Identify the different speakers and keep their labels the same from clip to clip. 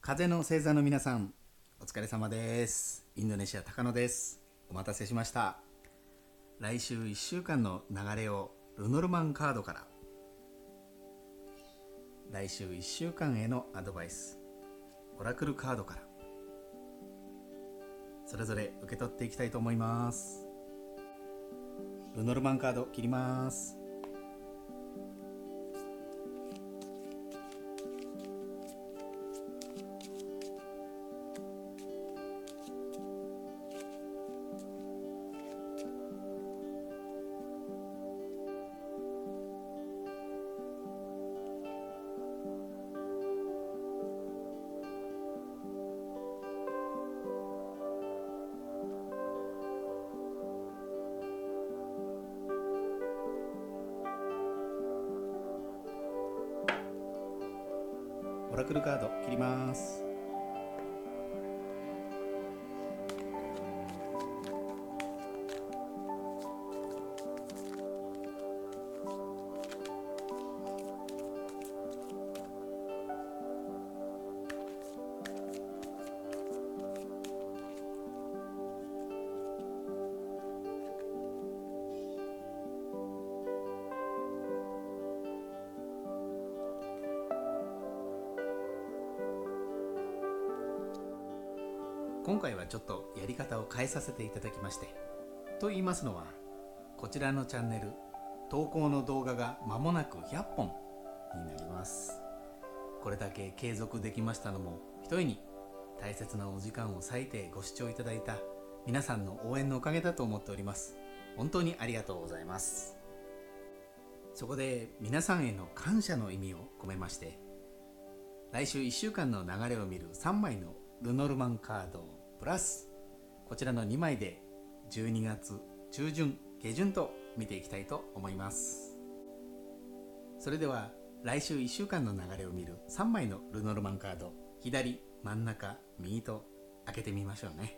Speaker 1: 風の星座の皆さん、お疲れ様です。インドネシア高野です。お待たせしました。来週1週間の流れをルノルマンカードから、来週1週間へのアドバイスオラクルカードから、それぞれ受け取っていきたいと思います。ルノルマンカード切ります。オラクルカード切ります。今回はちょっとやり方を変えさせていただきまして、と言いますのは、こちらのチャンネル投稿の動画が間もなく100本になります。これだけ継続できましたのも、ひとえに大切なお時間を割いてご視聴いただいた皆さんの応援のおかげだと思っております。本当にありがとうございます。そこで皆さんへの感謝の意味を込めまして、来週1週間の流れを見る3枚のルノルマンカードプラスこちらの2枚で12月中旬下旬と見ていきたいと思います。それでは来週1週間の流れを見る3枚のルノルマンカード、左、真ん中、右と開けてみましょうね。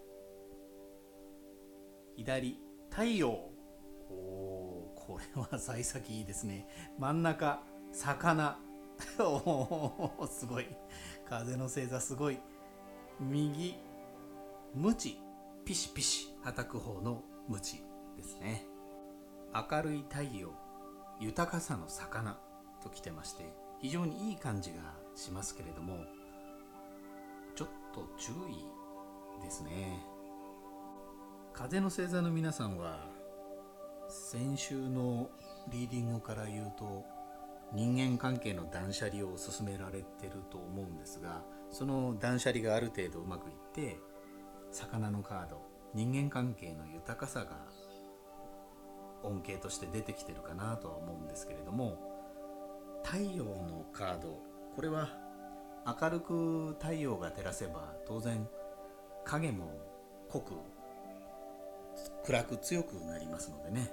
Speaker 1: 左、太陽。これは幸先いいですね。真ん中、魚。すごい。風の星座すごい。右、ムチ、ピシピシ叩く方のムチですね。明るい太陽、豊かさの魚ときてまして、非常にいい感じがしますけれども、ちょっと注意ですね。風の星座の皆さんは先週のリーディングから言うと、人間関係の断捨離を進められてると思うんですが、その断捨離がある程度うまくいって、魚のカード、人間関係の豊かさが恩恵として出てきてるかなとは思うんですけれども、太陽のカード、これは明るく太陽が照らせば当然影も濃く暗く強くなりますのでね、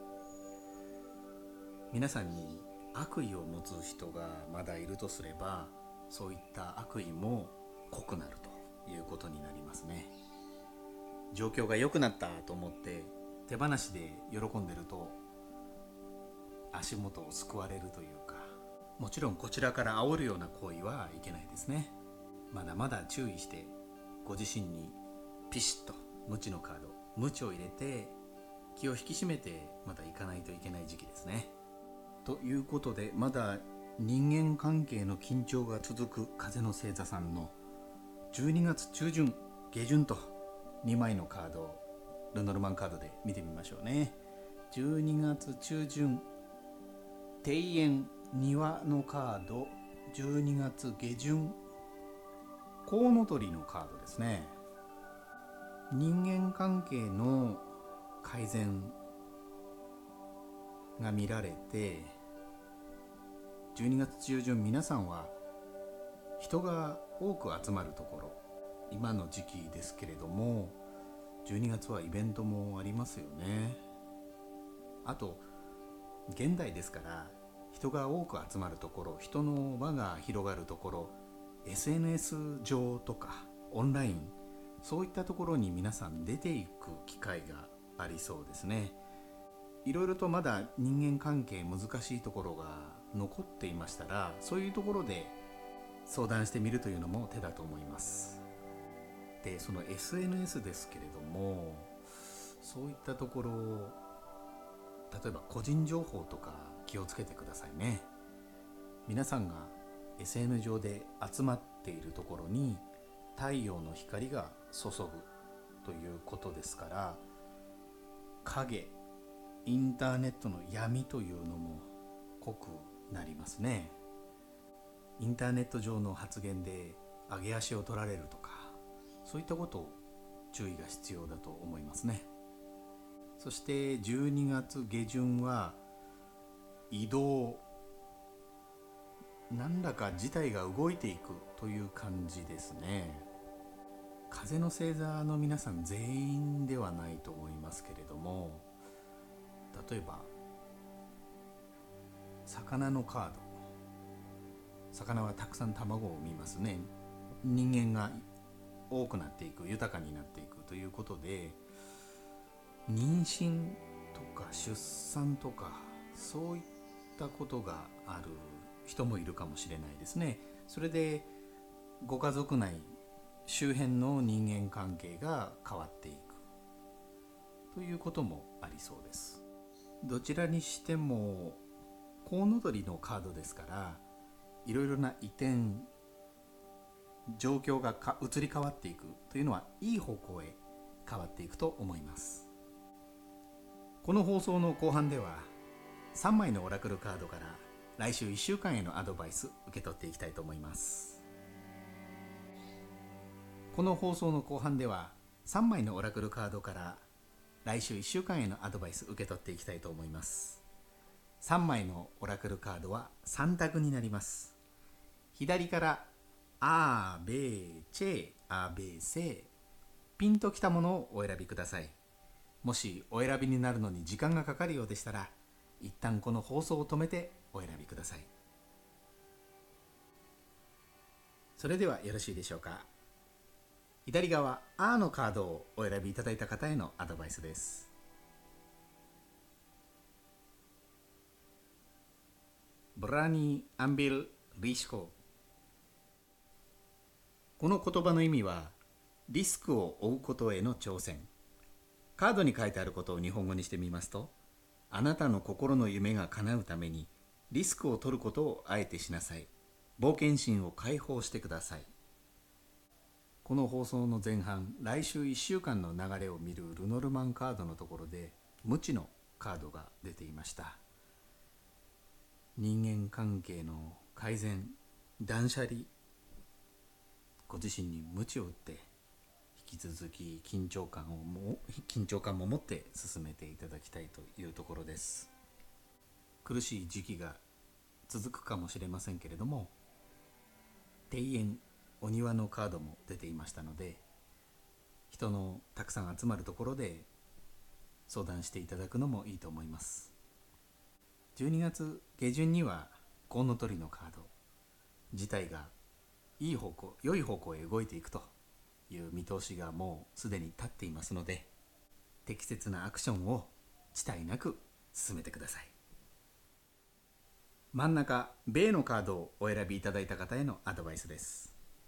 Speaker 1: 皆さんに悪意を持つ人がまだいるとすれば、そういった悪意も濃くなるということになりますね。状況が良くなったと思って手放しで喜んでると、足元をすくわれるというか、もちろんこちらから煽るような行為はいけないですね。まだまだ注意してご自身にピシッと無知のカード、無知を入れて気を引き締めてまたいかないといけない時期ですね。ということで、まだ人間関係の緊張が続く風の星座さんの12月中旬下旬と2枚のカードをルノルマンカードで見てみましょうね。12月中旬、庭園、庭のカード。12月下旬、コウノトリのカードですね。人間関係の改善が見られて、12月中旬、皆さんは人が多く集まるところ、今の時期ですけれども、12月はイベントもありますよね。あと現代ですから、人が多く集まるところ、人の輪が広がるところ、 SNS 上とかオンライン、そういったところに皆さん出ていく機会がありそうですね。いろいろとまだ人間関係難しいところが残っていましたら、そういうところで相談してみるというのも手だと思います。で、その SNS ですけれども、そういったところ、例えば個人情報とか気をつけてくださいね。皆さんが SN 上で集まっているところに太陽の光が注ぐということですから、影、インターネットの闇というのも濃くなりますね。インターネット上の発言で上げ足を取られるとか、そういったことを注意が必要だと思いますね。そして12月下旬は移動、何らか事態が動いていくという感じですね。風の星座の皆さん全員ではないと思いますけれども、例えば魚のカード、魚はたくさん卵を産みますね。人間が多くなっていく、豊かになっていくということで、妊娠とか出産とかそういったことがある人もいるかもしれないですね。それでご家族内、周辺の人間関係が変わっていくということもありそうです。どちらにしてもコウノトリのカードですから、いろいろな移転、状況が移り変わっていくというのはいい方向へ変わっていくと思います。この放送の後半では3枚のオラクルカードから来週1週間へのアドバイス受け取っていきたいと思います。この放送の後半では3枚のオラクルカードから来週1週間へのアドバイス受け取っていきたいと思います。3枚のオラクルカードは3択になります。左からアーベーチェアーベーセー、ピンときたものをお選びください。もしお選びになるのに時間がかかるようでしたら、一旦この放送を止めてお選びください。それではよろしいでしょうか。左側アーのカードをお選びいただいた方へのアドバイスです。ブラニー・アンビル・リシコ。この言葉の意味はリスクを負うことへの挑戦。カードに書いてあることを日本語にしてみますと、あなたの心の夢が叶うためにリスクを取ることをあえてしなさい。冒険心を解放してください。この放送の前半、来週1週間の流れを見るルノルマンカードのところで無知のカードが出ていました。人間関係の改善、断捨離、ご自身に鞭を打って引き続き緊張感も持って進めていただきたいというところです。苦しい時期が続くかもしれませんけれども、庭園、お庭のカードも出ていましたので、人のたくさん集まるところで相談していただくのもいいと思います。12月下旬にはコウノトリのカード自体が良い方向へ動いていくという見通しがもうすでに立っていますので、適切なアクションを遅滞なく進めてください。真ん中、米のカードをお選びいただいた方へのアドバイスです。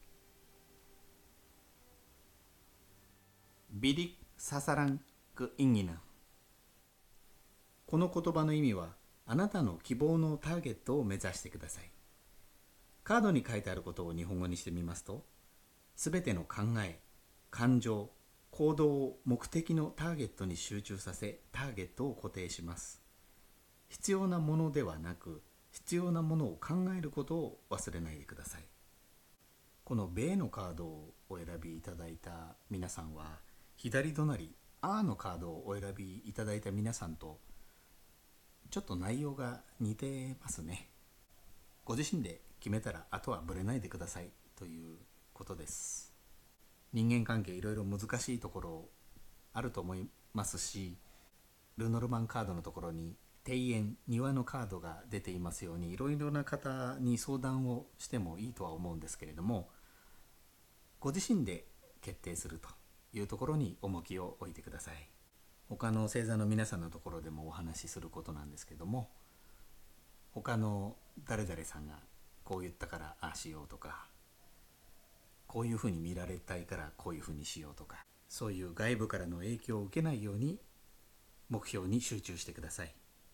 Speaker 1: ビリッササランクインギナ。この言葉の意味は、あなたの希望のターゲットを目指してください。カードに書いてあることを日本語にしてみますと、すべての考え、感情、行動を目的のターゲットに集中させ、ターゲットを固定します。必要なものではなく、必要なものを考えることを忘れないでください。この米のカードをお選びいただいた皆さんは、左隣アーのカードをお選びいただいた皆さんとちょっと内容が似てますね。ご自身で決めたら、あとはブレないでくださいということです。人間関係いろいろ難しいところあると思いますし、ルノルマンカードのところに庭園、庭のカードが出ていますように、いろいろな方に相談をしてもいいとは思うんですけれども、ご自身で決定するというところに重きを置いてください。他の星座の皆さんのところでもお話しすることなんですけども、他の誰々さんがこう言ったからああしようとか、こういうふうに見られたいからこういうふうにしようとか、そういう外部からの影響を受けないように目標に集中してください。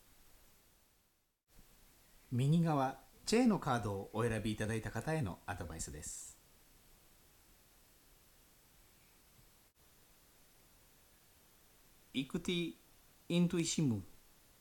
Speaker 1: 右側、チェーのカードをお選びいただいた方へのアドバイスです。イクティ・イントゥイシム。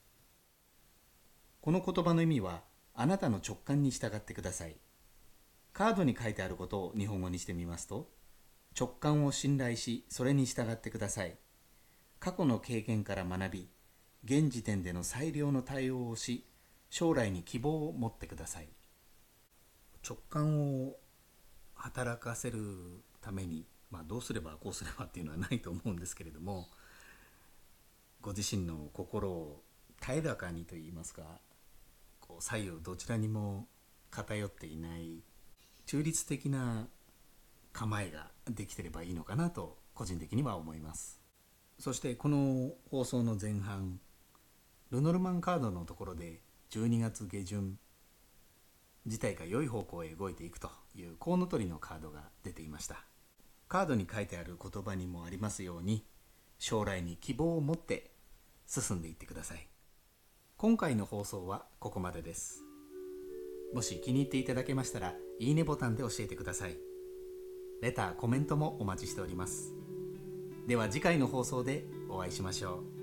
Speaker 1: この言葉の意味は、あなたの直感に従ってください。カードに書いてあることを日本語にしてみますと、直感を信頼し、それに従ってください。過去の経験から学び、現時点での最良の対応をし、将来に希望を持ってください。直感を働かせるために、どうすればこうすればっていうのはないと思うんですけれども、ご自身の心を平らかにといいますか、左右どちらにも偏っていない中立的な構えができてればいいのかなと個人的には思います。そしてこの放送の前半、ルノルマンカードのところで12月下旬事態が良い方向へ動いていくというコウノトリのカードが出ていました。カードに書いてある言葉にもありますように、将来に希望を持って進んでいってください。今回の放送はここまでです。もし気に入っていただけましたら、いいねボタンで教えてください。レター、コメントもお待ちしております。では次回の放送でお会いしましょう。